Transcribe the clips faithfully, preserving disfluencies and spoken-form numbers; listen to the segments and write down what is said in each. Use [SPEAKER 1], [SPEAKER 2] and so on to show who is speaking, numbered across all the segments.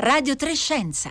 [SPEAKER 1] Radio tre Scienza.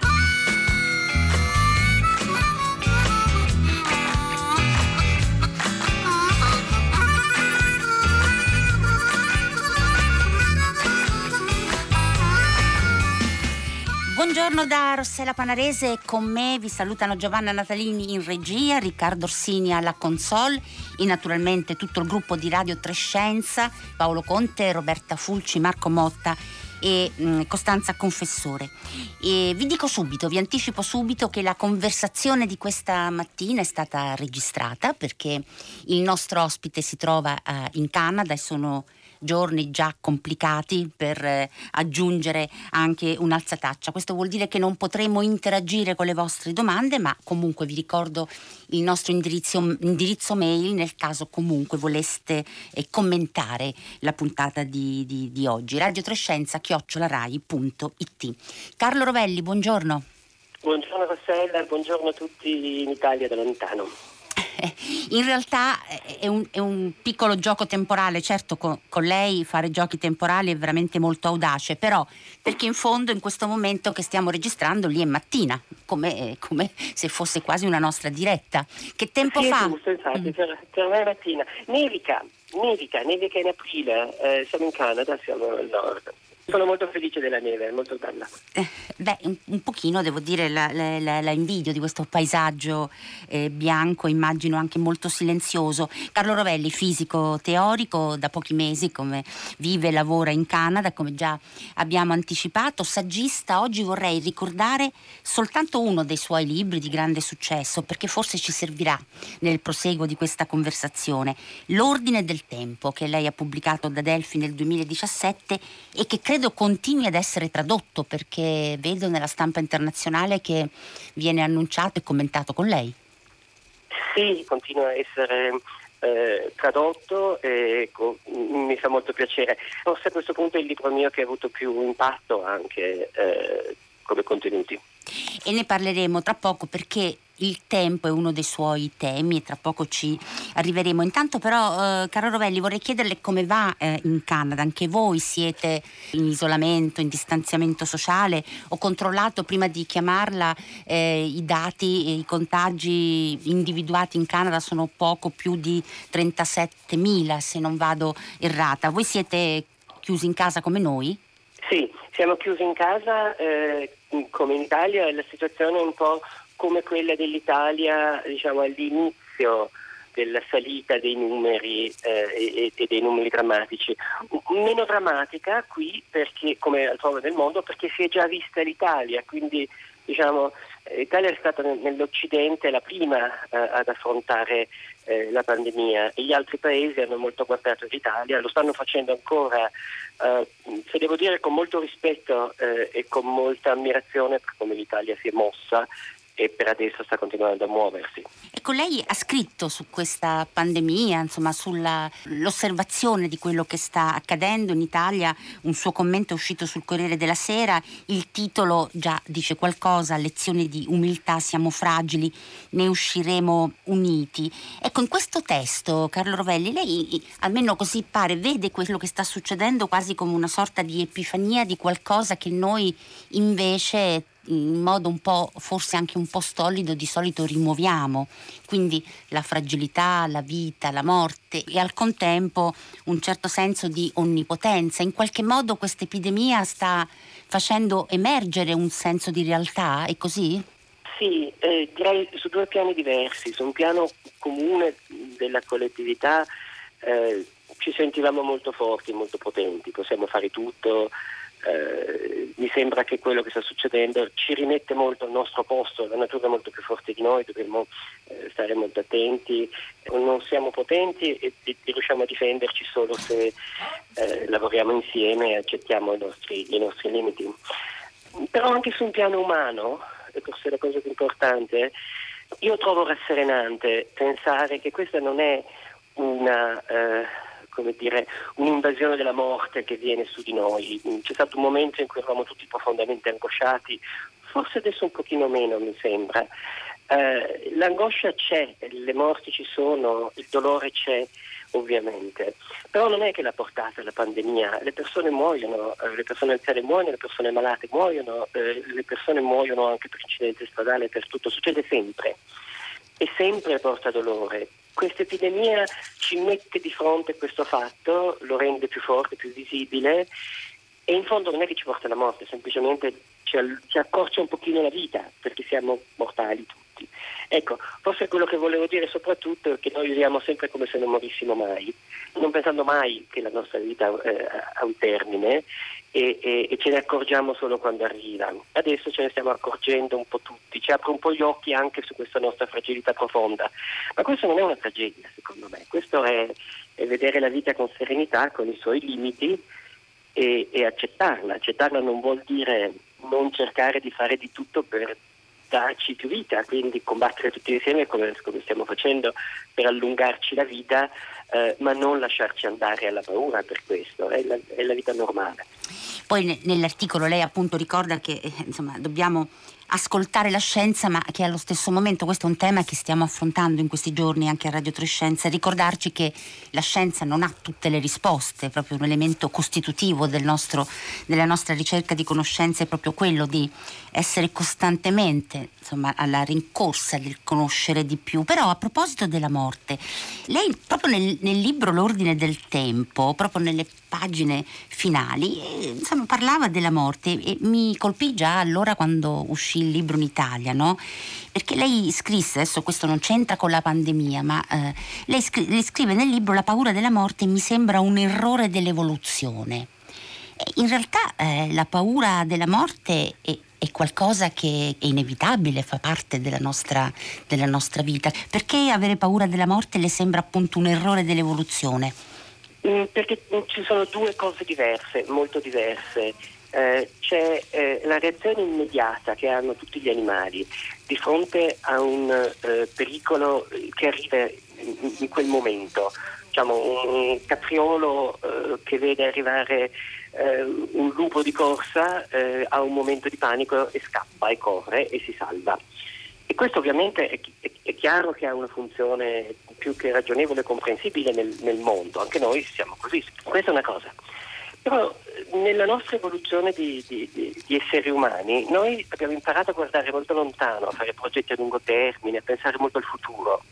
[SPEAKER 1] Buongiorno da Rossella Panarese, con me vi salutano Giovanna Natalini in regia, Riccardo Orsini alla console e naturalmente tutto il gruppo di Radio tre Scienza, Paolo Conte, Roberta Fulci, Marco Motta e mh, Costanza Confessore. E vi dico subito, vi anticipo subito che la conversazione di questa mattina è stata registrata perché il nostro ospite si trova uh, in Canada e sono giorni già complicati per eh, aggiungere anche un'alzataccia. Questo vuol dire che non potremo interagire con le vostre domande, ma comunque vi ricordo il nostro indirizzo, indirizzo mail nel caso comunque voleste eh, commentare la puntata di, di, di oggi. Radio tre Scienza chiocciola rai punto it. Carlo Rovelli, buongiorno.
[SPEAKER 2] Buongiorno Rossella, buongiorno a tutti in Italia da lontano.
[SPEAKER 1] In realtà è un, è un piccolo gioco temporale, certo con, con lei fare giochi temporali è veramente molto audace, però perché in fondo in questo momento che stiamo registrando lì è mattina, come, come se fosse quasi una nostra diretta. Che tempo
[SPEAKER 2] sì,
[SPEAKER 1] fa?
[SPEAKER 2] È giusto, infatti, mm. per, per me è mattina. Nevica, nevica, nevica in aprile, eh, siamo in Canada, siamo al nord. Sono molto felice della neve, è molto bella.
[SPEAKER 1] Eh, beh, un, un pochino devo dire la, la, la, la invidio di questo paesaggio eh, bianco, immagino anche molto silenzioso. Carlo Rovelli, fisico teorico, da pochi mesi come vive e lavora in Canada, come già abbiamo anticipato, saggista. Oggi vorrei ricordare soltanto uno dei suoi libri di grande successo, perché forse ci servirà nel proseguo di questa conversazione, L'ordine del tempo, che lei ha pubblicato da Delphi nel duemiladiciassette e che credo continui ad essere tradotto, perché vedo nella stampa internazionale che viene annunciato e commentato con lei.
[SPEAKER 2] Sì, continua a essere eh, tradotto e co- mi fa molto piacere. Forse a questo punto è il libro mio che ha avuto più impatto anche eh, come contenuti.
[SPEAKER 1] E ne parleremo tra poco perché il tempo è uno dei suoi temi e tra poco ci arriveremo. Intanto però, eh, caro Rovelli, vorrei chiederle come va eh, in Canada. Anche voi siete in isolamento, in distanziamento sociale? Ho controllato prima di chiamarla eh, i dati e i contagi individuati in Canada sono poco più di trentasettemila, se non vado errata. Voi siete chiusi in casa come noi?
[SPEAKER 2] Sì, siamo chiusi in casa eh, come in Italia. La situazione è un po' come quella dell'Italia, diciamo, all'inizio della salita dei numeri eh, e, e dei numeri drammatici. Meno drammatica qui, perché come altrove nel mondo, perché si è già vista l'Italia, quindi diciamo l'Italia è stata nell'Occidente la prima eh, ad affrontare eh, la pandemia e gli altri paesi hanno molto guardato l'Italia, lo stanno facendo ancora, eh, se devo dire con molto rispetto eh, e con molta ammirazione per come l'Italia si è mossa e per adesso sta continuando a muoversi.
[SPEAKER 1] Ecco, lei ha scritto su questa pandemia, insomma sull'osservazione di quello che sta accadendo in Italia, un suo commento è uscito sul Corriere della Sera, il titolo già dice qualcosa, lezioni di umiltà, siamo fragili, ne usciremo uniti. Ecco, in questo testo, Carlo Rovelli, lei almeno così pare, vede quello che sta succedendo quasi come una sorta di epifania di qualcosa che noi invece in modo un po', forse anche un po' stolido, di solito rimuoviamo, quindi la fragilità, la vita, la morte e al contempo un certo senso di onnipotenza. In qualche modo questa epidemia sta facendo emergere un senso di realtà, è così?
[SPEAKER 2] Sì, eh, direi su due piani diversi. Su un piano comune della collettività eh, ci sentivamo molto forti, molto potenti, possiamo fare tutto. Uh, mi sembra che quello che sta succedendo ci rimette molto al nostro posto, la natura è molto più forte di noi, dobbiamo uh, stare molto attenti, non siamo potenti e, e, e riusciamo a difenderci solo se uh, lavoriamo insieme e accettiamo i nostri, i nostri limiti. Però anche su un piano umano, e forse la cosa più importante, io trovo rasserenante pensare che questa non è una... Uh, come dire, un'invasione della morte che viene su di noi. C'è stato un momento in cui eravamo tutti profondamente angosciati, forse adesso un pochino meno mi sembra. Eh, l'angoscia c'è, le morti ci sono, il dolore c'è, ovviamente. Però non è che l'ha portata la pandemia, le persone muoiono, eh, le persone anziane muoiono, le persone malate muoiono, eh, le persone muoiono anche per incidente stradale, per tutto, succede sempre e sempre porta dolore. Questa epidemia ci mette di fronte a questo fatto, lo rende più forte, più visibile e in fondo non è che ci porta alla morte, semplicemente ci, ci accorcia un pochino la vita perché siamo mortali tutti. Ecco, forse quello che volevo dire soprattutto è che noi viviamo sempre come se non morissimo mai, non pensando mai che la nostra vita eh, ha un termine e, e, e ce ne accorgiamo solo quando arriva. Adesso ce ne stiamo accorgendo un po' tutti, ci apre un po' gli occhi anche su questa nostra fragilità profonda, ma questo non è una tragedia secondo me, questo è, è vedere la vita con serenità, con i suoi limiti e, e accettarla. Accettarla non vuol dire non cercare di fare di tutto per darci più vita, quindi combattere tutti insieme come, come stiamo facendo per allungarci la vita, eh, ma non lasciarci andare alla paura per questo, è la, è la vita normale.
[SPEAKER 1] Poi ne, nell'articolo lei appunto ricorda che eh, insomma dobbiamo ascoltare la scienza, ma che allo stesso momento, questo è un tema che stiamo affrontando in questi giorni anche a Radio tre Scienze, ricordarci che la scienza non ha tutte le risposte, è proprio un elemento costitutivo del nostro, della nostra ricerca di conoscenza, è proprio quello di essere costantemente insomma alla rincorsa del conoscere di più. Però a proposito della morte, lei proprio nel, nel libro L'ordine del tempo, proprio nelle pagine finali, eh, insomma parlava della morte e mi colpì già allora quando uscì il libro in Italia, no? Perché lei scrisse, adesso questo non c'entra con la pandemia, ma eh, lei, scri- lei scrive nel libro: la paura della morte mi sembra un errore dell'evoluzione. E in realtà eh, la paura della morte è, è qualcosa che è inevitabile, fa parte della nostra, della nostra vita. Perché avere paura della morte le sembra appunto un errore dell'evoluzione?
[SPEAKER 2] Mm, perché ci sono due cose diverse, molto diverse. Eh, c'è eh, la reazione immediata che hanno tutti gli animali di fronte a un eh, pericolo che arriva in, in quel momento, diciamo un capriolo eh, che vede arrivare eh, un lupo di corsa, eh, ha un momento di panico e scappa e corre e si salva. E questo ovviamente è, è, è chiaro che ha una funzione più che ragionevole e comprensibile nel, nel mondo, anche noi siamo così, questa è una cosa. Però nella nostra evoluzione di, di, di, di esseri umani noi abbiamo imparato a guardare molto lontano, a fare progetti a lungo termine, a pensare molto al futuro.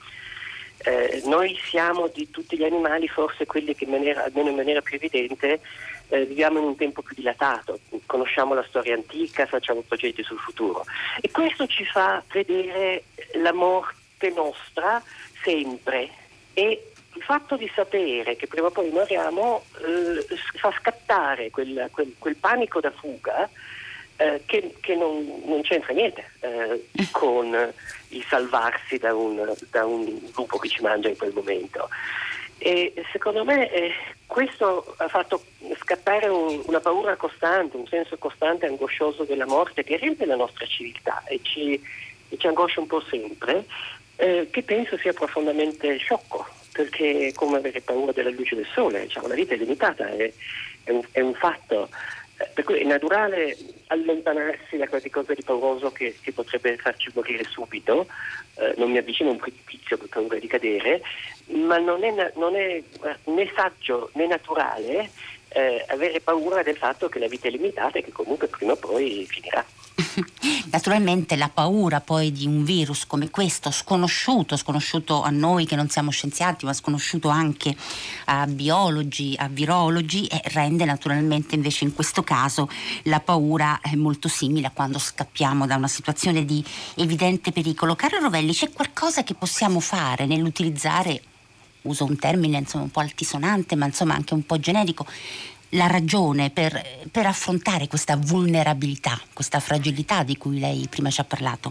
[SPEAKER 2] Eh, noi siamo di tutti gli animali forse quelli che in maniera, almeno in maniera più evidente eh, viviamo in un tempo più dilatato, conosciamo la storia antica, facciamo progetti sul futuro e questo ci fa vedere la morte nostra sempre e il fatto di sapere che prima o poi moriamo eh, fa scattare quel, quel, quel panico da fuga eh, che, che non, non c'entra niente eh, con il salvarsi da un, da un lupo che ci mangia in quel momento. E secondo me eh, questo ha fatto scattare un, una paura costante, un senso costante e angoscioso della morte che rende la nostra civiltà e ci, e ci angoscia un po' sempre, eh, che penso sia profondamente sciocco. Perché è come avere paura della luce del sole, diciamo, la vita è limitata, è, è, un, è un fatto, eh, per cui è naturale allontanarsi da qualcosa di pauroso che, che potrebbe farci morire subito, eh, non mi avvicino a un precipizio per paura di cadere, ma non è, non è né saggio né naturale eh, avere paura del fatto che la vita è limitata e che comunque prima o poi finirà.
[SPEAKER 1] Naturalmente la paura poi di un virus come questo, sconosciuto, sconosciuto a noi che non siamo scienziati, ma sconosciuto anche a biologi, a virologi, eh, rende naturalmente invece in questo caso la paura eh, molto simile a quando scappiamo da una situazione di evidente pericolo. Caro Rovelli, c'è qualcosa che possiamo fare nell'utilizzare, uso un termine insomma un po' altisonante, ma insomma anche un po' generico, la ragione per, per affrontare questa vulnerabilità, questa fragilità di cui lei prima ci ha parlato?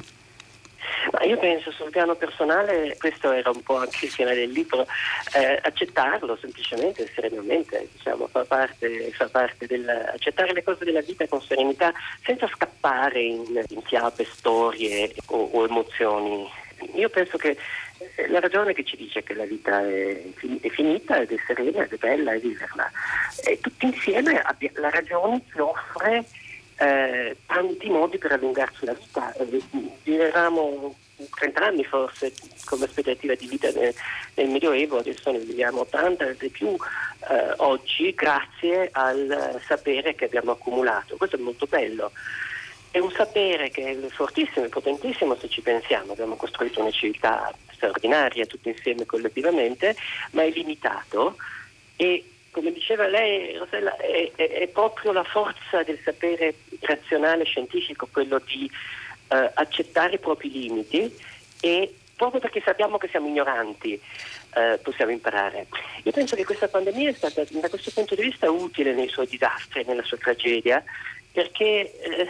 [SPEAKER 2] Ma io penso sul piano personale, questo era un po' anche il finale del libro, eh, accettarlo semplicemente, serenamente, diciamo, fa parte, fa parte del accettare le cose della vita con serenità, senza scappare in, in fiabe, storie o, o emozioni. Io penso che la ragione che ci dice che la vita è, è finita ed è serena ed è bella è viverla. E tutti insieme abbia, la ragione ci offre eh, tanti modi per allungarci la vita. Eh, vivevamo trenta anni forse come aspettativa di vita nel, nel Medioevo, adesso ne viviamo ottanta e più eh, oggi, grazie al sapere che abbiamo accumulato. Questo è molto bello. È un sapere che è fortissimo e potentissimo se ci pensiamo. Abbiamo costruito una civiltà straordinaria tutti insieme collettivamente, ma è limitato e, come diceva lei, Rosella, è, è, è proprio la forza del sapere razionale scientifico, quello di eh, accettare i propri limiti, e proprio perché sappiamo che siamo ignoranti eh, possiamo imparare. Io penso che questa pandemia è stata da questo punto di vista utile nei suoi disastri, nella sua tragedia, perché eh,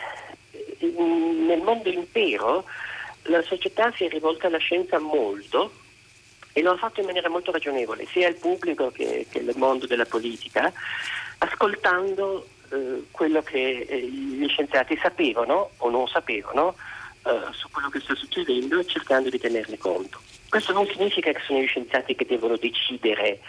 [SPEAKER 2] nel mondo intero la società si è rivolta alla scienza molto, e lo ha fatto in maniera molto ragionevole, sia il pubblico che, che il mondo della politica, ascoltando eh, quello che eh, gli scienziati sapevano o non sapevano eh, su quello che sta succedendo, e cercando di tenerne conto. Questo non significa che sono gli scienziati che devono decidere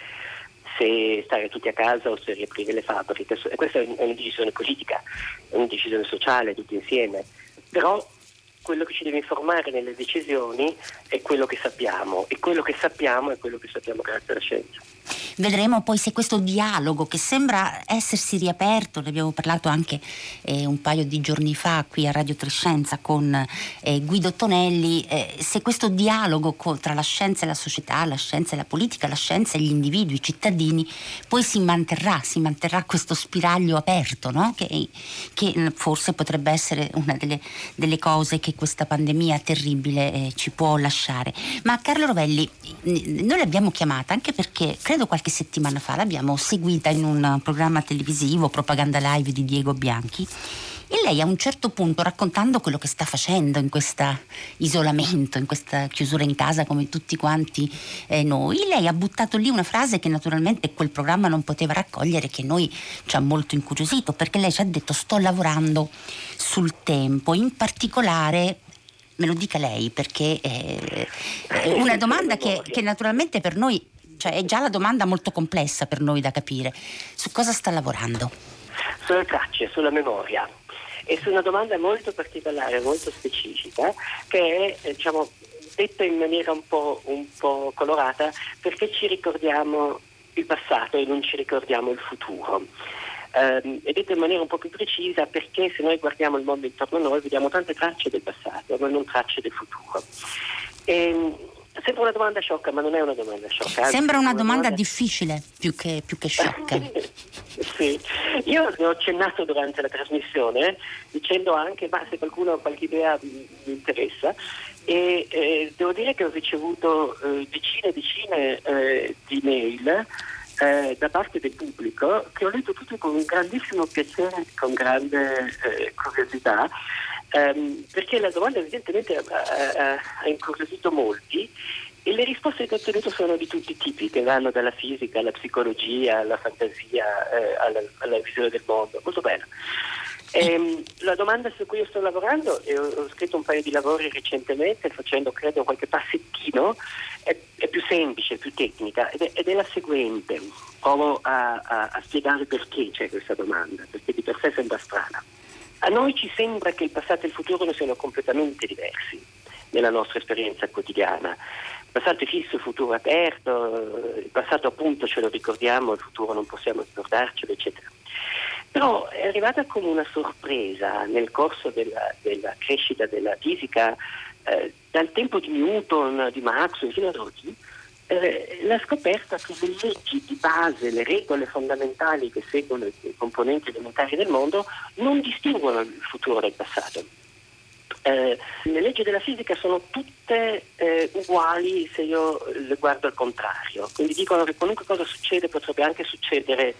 [SPEAKER 2] se stare tutti a casa o se riaprire le fabbriche. Questa è una decisione politica, è una decisione sociale, tutti insieme. Però quello che ci deve informare nelle decisioni è quello che sappiamo, e quello che sappiamo è quello che sappiamo grazie alla scienza.
[SPEAKER 1] Vedremo poi se questo dialogo, che sembra essersi riaperto, ne abbiamo parlato anche eh, un paio di giorni fa qui a Radio Trescenza con eh, Guido Tonelli, eh, se questo dialogo co- tra la scienza e la società, la scienza e la politica, la scienza e gli individui, i cittadini, poi si manterrà, si manterrà questo spiraglio aperto, no? che, che forse potrebbe essere una delle, delle cose che questa pandemia terribile eh, ci può lasciare. Ma Carlo Rovelli, noi l'abbiamo chiamata anche perché credo qualche settimana fa l'abbiamo seguita in un programma televisivo, Propaganda Live di Diego Bianchi, e lei a un certo punto, raccontando quello che sta facendo in questo isolamento, in questa chiusura in casa come tutti quanti eh, noi, lei ha buttato lì una frase che naturalmente quel programma non poteva raccogliere, che noi ci ha molto incuriosito, perché lei ci ha detto: sto lavorando sul tempo, in particolare. Me lo dica lei, perché è una domanda che, che naturalmente per noi, cioè è già la domanda molto complessa per noi da capire. Su cosa sta lavorando?
[SPEAKER 2] Sulle tracce, sulla memoria, e su una domanda molto particolare, molto specifica, che è, diciamo, detta in maniera un po', un po' colorata, perché ci ricordiamo il passato e non ci ricordiamo il futuro. Uh, è detto in maniera un po' più precisa, perché se noi guardiamo il mondo intorno a noi vediamo tante tracce del passato ma non tracce del futuro. E, sembra una domanda sciocca, ma non è una domanda sciocca.
[SPEAKER 1] Sembra una, una domanda, domanda difficile più che, più che sciocca.
[SPEAKER 2] Sì, io ne ho accennato durante la trasmissione dicendo anche: ma se qualcuno ha qualche idea mi, mi interessa, e eh, devo dire che ho ricevuto eh, decine e decine eh, di mail Eh, da parte del pubblico, che ho letto tutti con un grandissimo piacere, con grande eh, curiosità, ehm, perché la domanda evidentemente ha, ha, ha incuriosito molti, e le risposte che ho ottenuto sono di tutti i tipi, che vanno dalla fisica alla psicologia, alla fantasia, eh, alla, alla visione del mondo. Molto bello. Ehm, la domanda su cui io sto lavorando, e ho, ho scritto un paio di lavori recentemente, facendo credo qualche passettino, è, è più semplice, più tecnica, ed è, ed è la seguente. Provo a, a, a spiegare perché c'è questa domanda, perché di per sé sembra strana. A noi ci sembra che il passato e il futuro non siano completamente diversi nella nostra esperienza quotidiana. Il passato è fisso, il futuro è aperto, il passato appunto ce lo ricordiamo, il futuro non possiamo ricordarcelo, eccetera. Però è arrivata come una sorpresa nel corso della, della crescita della fisica, eh, dal tempo di Newton, di Maxwell fino ad oggi, eh, la scoperta che le leggi di base, le regole fondamentali che seguono i componenti elementari del mondo non distinguono il futuro dal passato. Eh, le leggi della fisica sono tutte eh, uguali se io le guardo al contrario, quindi dicono che qualunque cosa succede potrebbe anche succedere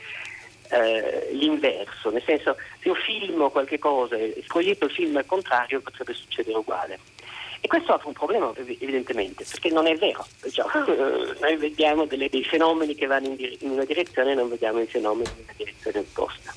[SPEAKER 2] eh, l'inverso, nel senso, se io filmo qualche cosa e proietto il film al contrario potrebbe succedere uguale. E questo apre un problema evidentemente, perché non è vero, diciamo, noi vediamo delle, dei fenomeni che vanno in, dire- in una direzione e non vediamo i fenomeni in una direzione opposta.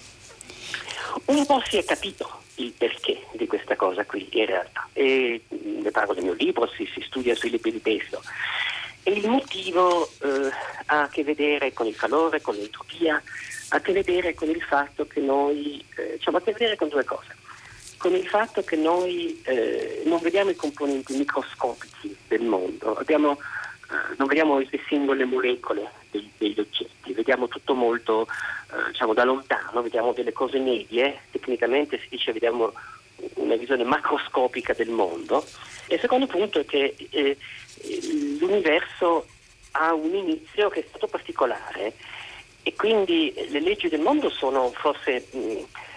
[SPEAKER 2] Un po' si è capito il perché di questa cosa qui in realtà, e ne parlo nel mio libro, si, si studia sui libri di testo, e il motivo eh, ha a che vedere con il calore, con l'entropia, ha a che vedere con il fatto che noi, eh, diciamo, ha a che vedere con due cose. con il fatto che noi eh, non vediamo i componenti microscopici del mondo, abbiamo, eh, non vediamo le singole molecole dei, degli oggetti, vediamo tutto molto eh, diciamo da lontano, vediamo delle cose medie, tecnicamente si dice vediamo una visione macroscopica del mondo. E il secondo punto è che eh, l'universo ha un inizio che è stato particolare e quindi le leggi del mondo sono forse, mh,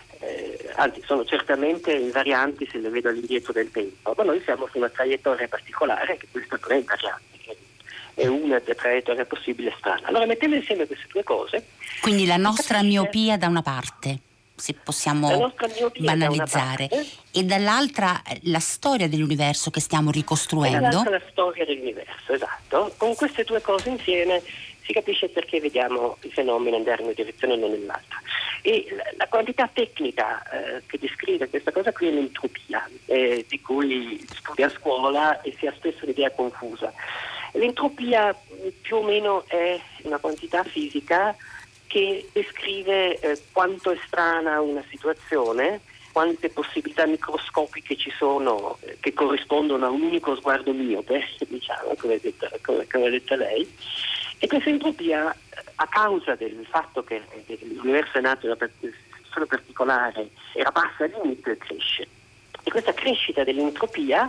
[SPEAKER 2] eh, anzi sono certamente invarianti se le vedo all'indietro del tempo, ma noi siamo su una traiettoria particolare che questa non è invariante, è una delle traiettorie possibili strana. Allora mettendo insieme queste due cose...
[SPEAKER 1] Quindi la nostra miopia da una parte, se possiamo banalizzare,
[SPEAKER 2] da
[SPEAKER 1] e dall'altra la storia dell'universo che stiamo ricostruendo.
[SPEAKER 2] E dall'altra la storia dell'universo, esatto. Con queste due cose insieme si capisce perché vediamo i fenomeni andare in una direzione e non nell'altra. E la, la quantità tecnica eh, che descrive questa cosa qui è l'entropia, eh, di cui studia a scuola e si ha spesso un'idea confusa. L'entropia più o meno è una quantità fisica che descrive eh, quanto è strana una situazione, quante possibilità microscopiche ci sono eh, che corrispondono a un unico sguardo miope, diciamo, come ha detto, come, come ha detto lei. E questa entropia, a causa del fatto che l'universo è nato in una situazione particolare, era bassa all'inizio e cresce. E questa crescita dell'entropia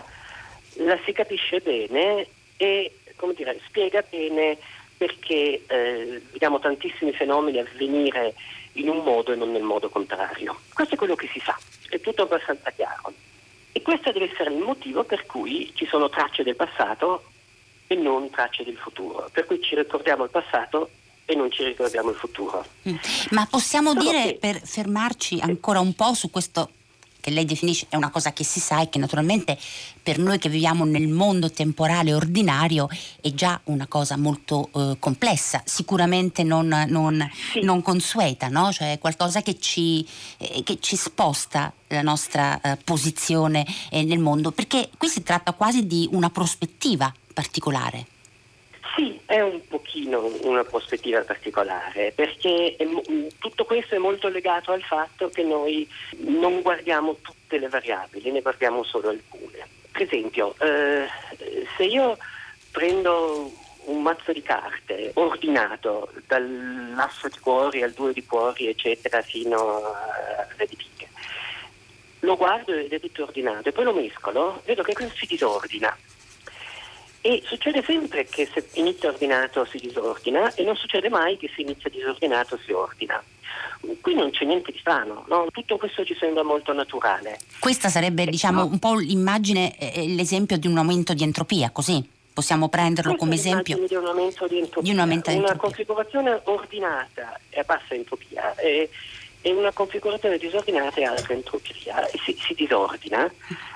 [SPEAKER 2] la si capisce bene e, come dire, spiega bene perché eh, vediamo tantissimi fenomeni avvenire in un modo e non nel modo contrario. Questo è quello che si sa, è tutto abbastanza chiaro. E questo deve essere il motivo per cui ci sono tracce del passato e non tracce del futuro, per cui ci ricordiamo il passato e non ci ricordiamo il futuro.
[SPEAKER 1] Mm. Ma possiamo
[SPEAKER 2] Solo
[SPEAKER 1] dire,
[SPEAKER 2] che...
[SPEAKER 1] per fermarci ancora un po' su questo che lei definisce, è una cosa che si sa e che naturalmente per noi che viviamo nel mondo temporale ordinario è già una cosa molto eh, complessa, sicuramente non, non,
[SPEAKER 2] Sì.
[SPEAKER 1] non consueta, no? Cioè qualcosa che ci, eh, che ci sposta la nostra eh, posizione eh, nel mondo, perché qui si tratta quasi di una prospettiva particolare.
[SPEAKER 2] Sì, è un pochino una prospettiva particolare, perché è, tutto questo è molto legato al fatto che noi non guardiamo tutte le variabili, ne guardiamo solo alcune. Per esempio, eh, se io prendo un mazzo di carte ordinato dall'asso di cuori al due di cuori, eccetera, fino alle di picche, lo guardo ed è tutto ordinato e poi lo mescolo, vedo che questo si disordina. E succede sempre che se inizia ordinato si disordina e non succede mai che se inizia disordinato si ordina. Qui non c'è niente di strano, no? Tutto questo ci sembra molto naturale.
[SPEAKER 1] Questa sarebbe, diciamo,
[SPEAKER 2] no.
[SPEAKER 1] un po' l'immagine, eh, l'esempio di un aumento di entropia, così? Possiamo prenderlo
[SPEAKER 2] Questa
[SPEAKER 1] come esempio
[SPEAKER 2] di un aumento di entropia.
[SPEAKER 1] Di un aumento di
[SPEAKER 2] una
[SPEAKER 1] entropia.
[SPEAKER 2] configurazione ordinata è a bassa entropia e, e una configurazione disordinata è alta entropia e si, si disordina.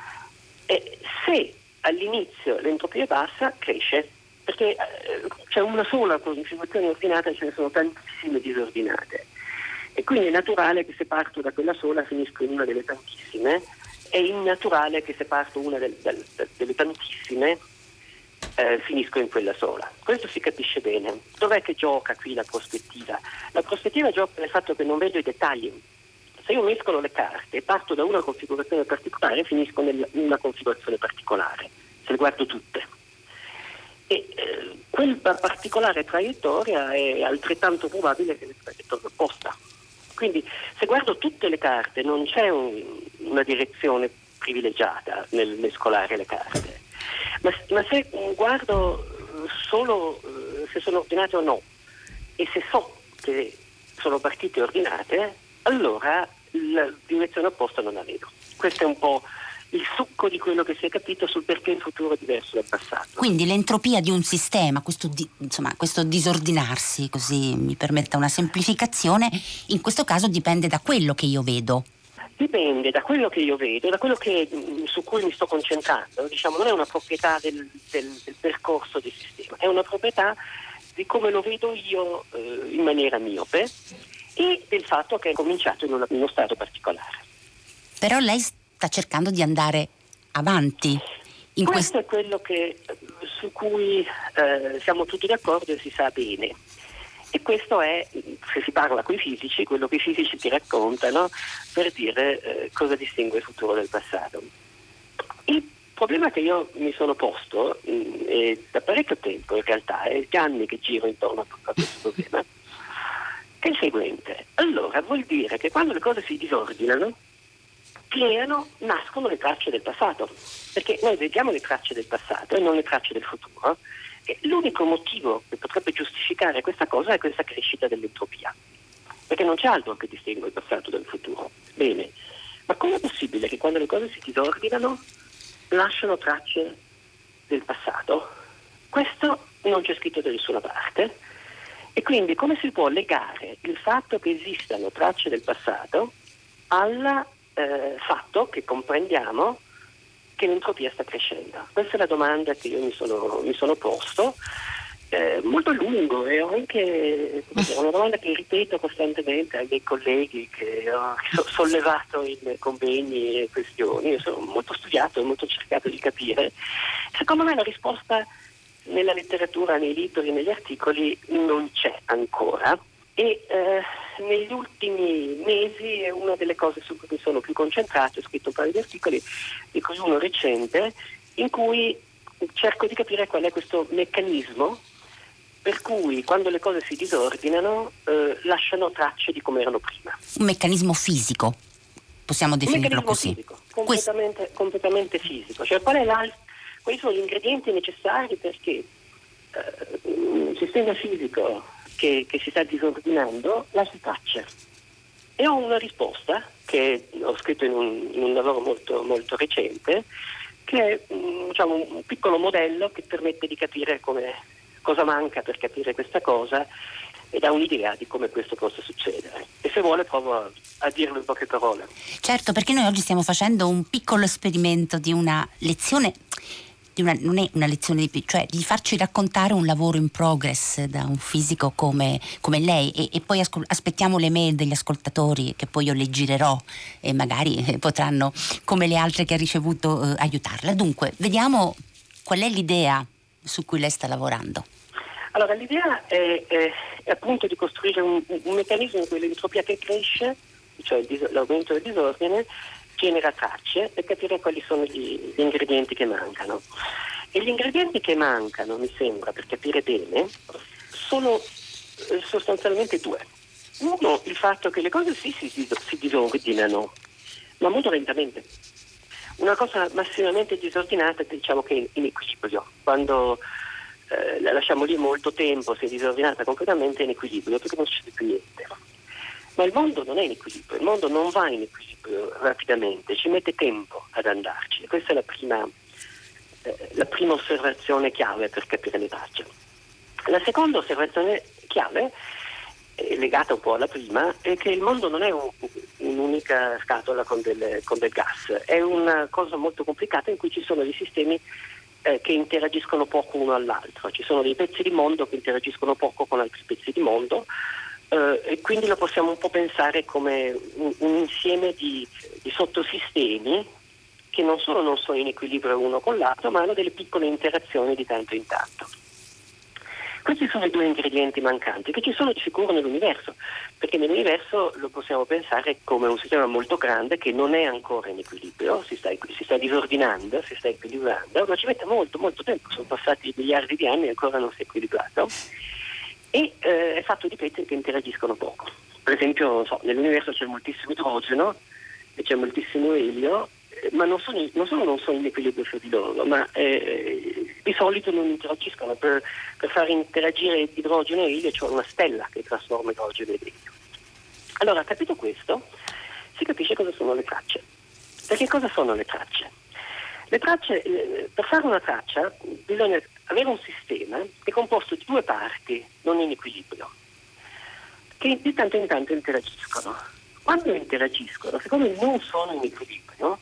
[SPEAKER 2] E se all'inizio l'entropia è bassa, cresce, perché eh, c'è una sola configurazione ordinata e ce ne sono tantissime disordinate. E quindi è naturale che se parto da quella sola finisco in una delle tantissime, è innaturale che se parto una del, del, delle tantissime eh, finisco in quella sola. Questo si capisce bene. Dov'è che gioca qui la prospettiva? La prospettiva gioca nel fatto che non vedo i dettagli. Se io mescolo le carte e parto da una configurazione particolare, finisco in una configurazione particolare, se le guardo tutte. E eh, quella particolare traiettoria è altrettanto probabile che la traiettoria opposta. Quindi se guardo tutte le carte non c'è un, una direzione privilegiata nel mescolare le carte, ma, ma se guardo solo eh, se sono ordinate o no, e se so che sono partite ordinate, allora la direzione opposta non la vedo. Questo è un po' il succo di quello che si è capito sul perché il futuro è diverso dal passato.
[SPEAKER 1] Quindi l'entropia di un sistema, questo, di, insomma, questo disordinarsi, così mi permetta una semplificazione, in questo caso dipende da quello che io vedo.
[SPEAKER 2] Dipende da quello che io vedo, da quello che, su cui mi sto concentrando. Diciamo, non è una proprietà del, del, del percorso del sistema, è una proprietà di come lo vedo io eh, in maniera miope e del fatto che è cominciato in, una, in uno stato particolare.
[SPEAKER 1] Però lei sta cercando di andare avanti. In
[SPEAKER 2] Questo
[SPEAKER 1] quest...
[SPEAKER 2] è quello che, su cui eh, siamo tutti d'accordo e si sa bene. E questo è, se si parla con i fisici, quello che i fisici ti raccontano per dire eh, cosa distingue il futuro dal passato. Il problema che io mi sono posto mh, è da parecchio tempo, in realtà, è da anni che giro intorno a questo problema, che è il seguente. Allora, vuol dire che quando le cose si disordinano, creano, nascono le tracce del passato, perché noi vediamo le tracce del passato e non le tracce del futuro, e l'unico motivo che potrebbe giustificare questa cosa è questa crescita dell'entropia, perché non c'è altro che distingue il passato dal futuro. Bene, ma com'è possibile che quando le cose si disordinano lasciano tracce del passato? Questo non c'è scritto da nessuna parte, e quindi come si può legare il fatto che esistano tracce del passato al eh, fatto che comprendiamo che l'entropia sta crescendo? Questa è la domanda che io mi sono, mi sono posto, eh, molto a lungo, e ho anche è una domanda che ripeto costantemente ai miei colleghi che ho sollevato in convegni e questioni. Io sono molto studiato e molto cercato di capire. Secondo me la risposta nella letteratura, nei libri, negli articoli non c'è ancora, e eh, negli ultimi mesi è una delle cose su cui mi sono più concentrato. Ho scritto un paio di articoli, di cui uno recente, in cui cerco di capire qual è questo meccanismo per cui quando le cose si disordinano eh, lasciano tracce di come erano prima.
[SPEAKER 1] Un meccanismo fisico, possiamo definirlo
[SPEAKER 2] un
[SPEAKER 1] così.
[SPEAKER 2] Fisico, completamente, completamente fisico. Cioè, qual è l'al- quali sono gli ingredienti necessari perché eh, un sistema fisico che, che si sta disordinando lascia tracce? E ho una risposta che ho scritto in un, in un lavoro molto, molto recente, che è diciamo, un piccolo modello che permette di capire come, cosa manca per capire questa cosa, e dà un'idea di come questo possa succedere. E se vuole provo a, a dirlo in poche parole.
[SPEAKER 1] Certo, perché noi oggi stiamo facendo un piccolo esperimento di una lezione, di una, non è una lezione di, cioè di farci raccontare un lavoro in progress da un fisico come, come lei, e, e poi ascol- aspettiamo le mail degli ascoltatori che poi io le girerò e magari eh, potranno, come le altre che ha ricevuto, eh, aiutarla. Dunque, vediamo qual è l'idea su cui lei sta lavorando.
[SPEAKER 2] Allora, l'idea è, è, è appunto di costruire un, un meccanismo in cui l'entropia che cresce, cioè il dis- l'aumento del disordine, genera tracce, e capire quali sono gli, gli ingredienti che mancano. E gli ingredienti che mancano, mi sembra, per capire bene, sono eh, sostanzialmente due. Uno, il fatto che le cose sì si, si, si disordinano, ma molto lentamente. Una cosa massimamente disordinata, diciamo che è in equilibrio. Quando Eh, la lasciamo lì molto tempo, si è disordinata completamente, in equilibrio, perché non succede più niente. Ma il mondo non è in equilibrio, il mondo non va in equilibrio rapidamente, ci mette tempo ad andarci. Questa è la prima, eh, la prima osservazione chiave per capire le tracce. La seconda osservazione chiave, eh, legata un po' alla prima, è che il mondo non è un, un'unica scatola con del, con del gas, è una cosa molto complicata in cui ci sono dei sistemi Eh, che interagiscono poco uno all'altro. Ci sono dei pezzi di mondo che interagiscono poco con altri pezzi di mondo, eh, e quindi lo possiamo un po' pensare come un, un insieme di, di sottosistemi che non solo non sono in equilibrio uno con l'altro, ma hanno delle piccole interazioni di tanto in tanto. Questi sono i due ingredienti mancanti, che ci sono di sicuro nell'universo, perché nell'universo lo possiamo pensare come un sistema molto grande che non è ancora in equilibrio, si sta, si sta disordinando, si sta equilibrando, ma ci mette molto molto tempo, sono passati miliardi di anni e ancora non si è equilibrato, e eh, è fatto di pezzi che interagiscono poco. Per esempio, non so, nell'universo c'è moltissimo idrogeno e c'è moltissimo elio, ma non, sono, non solo non sono in equilibrio fra di loro, ma eh, di solito non interagiscono. Per, per far interagire idrogeno e elio c'è una stella che trasforma idrogeno ed elio. Allora, capito questo, si capisce cosa sono le tracce. Perché cosa sono le tracce? Le tracce, eh, per fare una traccia bisogna avere un sistema che è composto di due parti non in equilibrio, che di tanto in tanto interagiscono. Quando interagiscono, siccome non sono in equilibrio,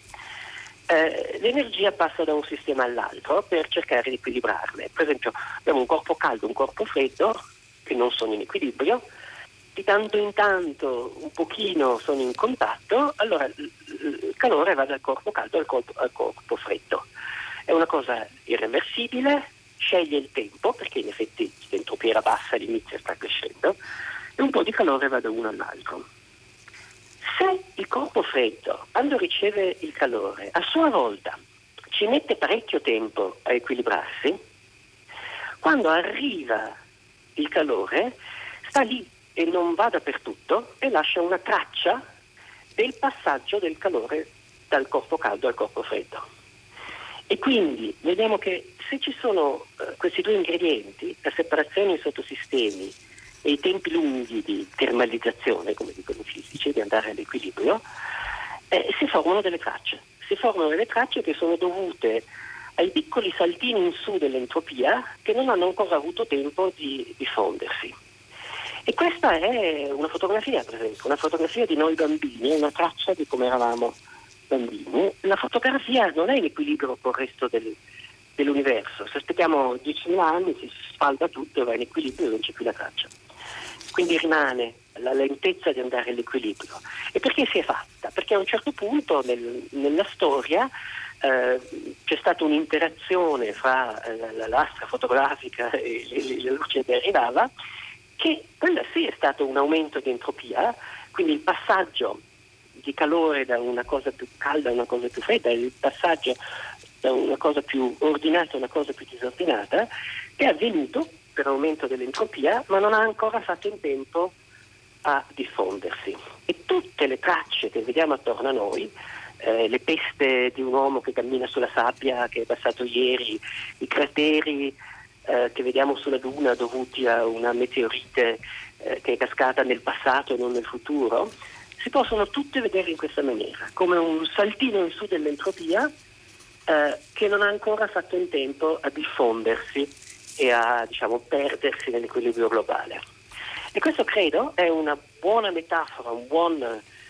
[SPEAKER 2] Eh, l'energia passa da un sistema all'altro per cercare di equilibrarle. Per esempio, abbiamo un corpo caldo e un corpo freddo che non sono in equilibrio, di tanto in tanto un pochino sono in contatto, allora il calore va dal corpo caldo al corpo, al corpo freddo. È una cosa irreversibile, sceglie il tempo, perché in effetti l'entropia era bassa all'inizio e sta crescendo, e un po' di calore va da uno all'altro. Se il corpo freddo, quando riceve il calore, a sua volta ci mette parecchio tempo a equilibrarsi, quando arriva il calore sta lì e non va dappertutto e lascia una traccia del passaggio del calore dal corpo caldo al corpo freddo. E quindi vediamo che se ci sono uh, questi due ingredienti, la separazione in sottosistemi e i tempi lunghi di termalizzazione, come dicono i fisici, di andare all'equilibrio, eh, si formano delle tracce. Si formano delle tracce che sono dovute ai piccoli saltini in su dell'entropia che non hanno ancora avuto tempo di diffondersi. E questa è una fotografia, per esempio, una fotografia di noi bambini, una traccia di come eravamo bambini. La fotografia non è in equilibrio con il resto del, dell'universo. Se aspettiamo diecimila anni si sfalda tutto e va in equilibrio e non c'è più la traccia. Quindi rimane la lentezza di andare all'equilibrio. E perché si è fatta? Perché a un certo punto nel, nella storia eh, c'è stata un'interazione fra eh, la lastra fotografica e la luce che arrivava, che quella sì è stato un aumento di entropia, quindi il passaggio di calore da una cosa più calda a una cosa più fredda, il passaggio da una cosa più ordinata a una cosa più disordinata, è avvenuto per aumento dell'entropia, ma non ha ancora fatto in tempo a diffondersi. E tutte le tracce che vediamo attorno a noi, eh, le peste di un uomo che cammina sulla sabbia che è passato ieri, i crateri eh, che vediamo sulla Luna dovuti a una meteorite eh, che è cascata nel passato e non nel futuro, si possono tutte vedere in questa maniera, come un saltino in su dell'entropia eh, che non ha ancora fatto in tempo a diffondersi e a, diciamo, perdersi nell'equilibrio globale. E questo credo è una buona metafora, un buon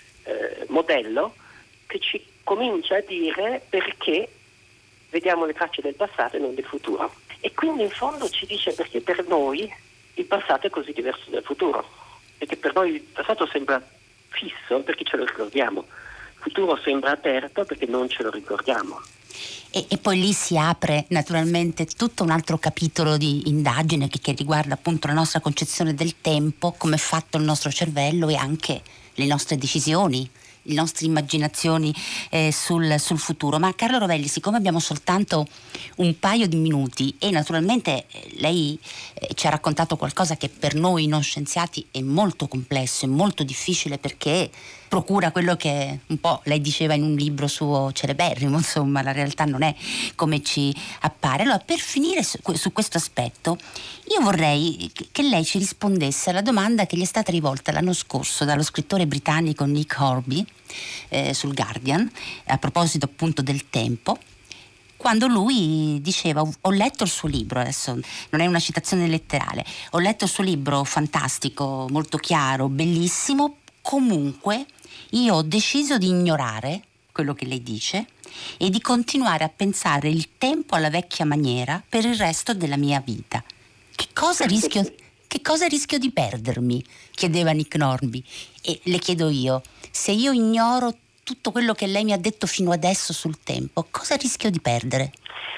[SPEAKER 2] eh, modello che ci comincia a dire perché vediamo le tracce del passato e non del futuro. E quindi in fondo ci dice perché per noi il passato è così diverso dal futuro, perché per noi il passato sembra fisso perché ce lo ricordiamo, il futuro sembra aperto perché non ce lo ricordiamo.
[SPEAKER 1] E, e poi lì si apre naturalmente tutto un altro capitolo di indagine che, che riguarda appunto la nostra concezione del tempo, come è fatto il nostro cervello e anche le nostre decisioni, le nostre immaginazioni eh, sul, sul futuro. Ma Carlo Rovelli, siccome abbiamo soltanto un paio di minuti e naturalmente eh, lei eh, ci ha raccontato qualcosa che per noi non scienziati è molto complesso, è molto difficile perché procura quello che un po' lei diceva in un libro suo celeberrimo, insomma la realtà non è come ci appare. Allora, per finire su, su questo aspetto, io vorrei che lei ci rispondesse alla domanda che gli è stata rivolta l'anno scorso dallo scrittore britannico Nick Hornby eh, sul Guardian, a proposito appunto del tempo, quando lui diceva: ho letto il suo libro, adesso non è una citazione letterale, ho letto il suo libro fantastico, molto chiaro, bellissimo, comunque io ho deciso di ignorare quello che lei dice e di continuare a pensare il tempo alla vecchia maniera per il resto della mia vita. Che cosa rischio, che cosa rischio di perdermi? Chiedeva Nick Hornby. E le chiedo io, se io ignoro tutto quello che lei mi ha detto fino adesso sul tempo, cosa rischio di perdere?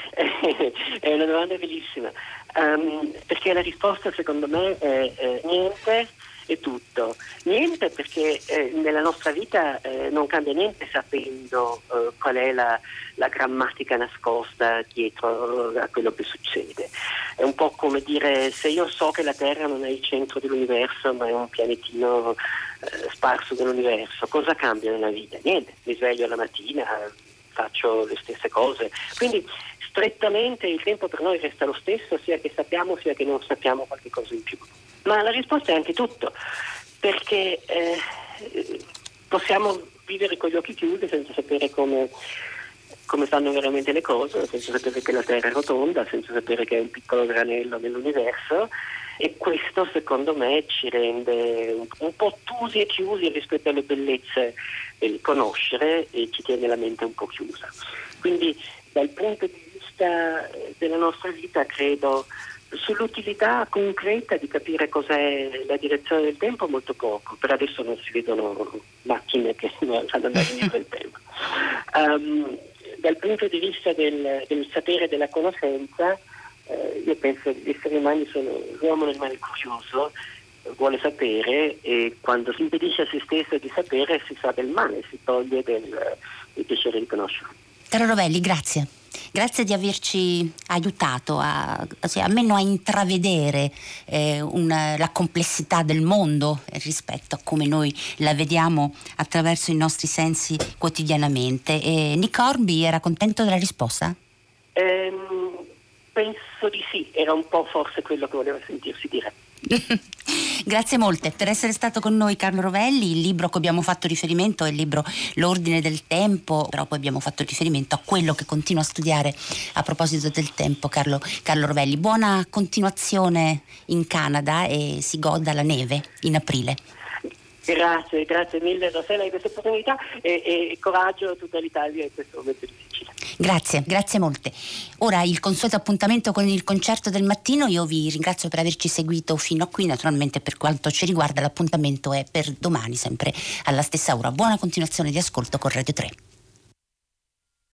[SPEAKER 2] È una domanda bellissima, um, perché la risposta secondo me è eh, niente e tutto. Niente perché eh, nella nostra vita eh, non cambia niente sapendo eh, qual è la, la grammatica nascosta dietro a quello che succede. È un po' come dire: se io so che la Terra non è il centro dell'universo ma è un pianetino eh, sparso nell'universo, cosa cambia nella vita? Niente, mi sveglio la mattina, faccio le stesse cose. Quindi strettamente il tempo per noi resta lo stesso, sia che sappiamo sia che non sappiamo qualche cosa in più. Ma la risposta è anche tutto, perché eh, possiamo vivere con gli occhi chiusi senza sapere come, come fanno veramente le cose, senza sapere che la Terra è rotonda, senza sapere che è un piccolo granello nell'universo, e questo secondo me ci rende un, un po' ottusi e chiusi rispetto alle bellezze del conoscere e ci tiene la mente un po' chiusa. Quindi dal punto di vista della nostra vita credo sull'utilità concreta di capire cos'è la direzione del tempo molto poco. Per adesso non si vedono macchine che fanno andare indietro il tempo. Um, dal punto di vista del, del sapere e della conoscenza, eh, io penso che gli esseri umani sono, l'uomo è un animale curioso, vuole sapere, e quando si impedisce a se stesso di sapere si sa del male, si toglie del, del piacere di conoscere.
[SPEAKER 1] Caro Rovelli, grazie. Grazie di averci aiutato a, a, almeno a intravedere eh, una, la complessità del mondo rispetto a come noi la vediamo attraverso i nostri sensi quotidianamente. E Nick Hornby era contento della risposta?
[SPEAKER 2] Ehm, penso di sì, era un po' forse quello che voleva sentirsi dire.
[SPEAKER 1] Grazie molte per essere stato con noi, Carlo Rovelli. Il libro a cui abbiamo fatto riferimento è il libro L'ordine del tempo, però poi abbiamo fatto riferimento a quello che continua a studiare a proposito del tempo Carlo, Carlo Rovelli. Buona continuazione in Canada e si goda la neve in aprile.
[SPEAKER 2] Grazie, grazie mille Rossella di questa opportunità e, e coraggio a tutta l'Italia in questo momento difficile.
[SPEAKER 1] Grazie, grazie molte. Ora il consueto appuntamento con il concerto del mattino. Io vi ringrazio per averci seguito fino a qui. Naturalmente per quanto ci riguarda l'appuntamento è per domani, sempre alla stessa ora. Buona continuazione di ascolto con Radio tre.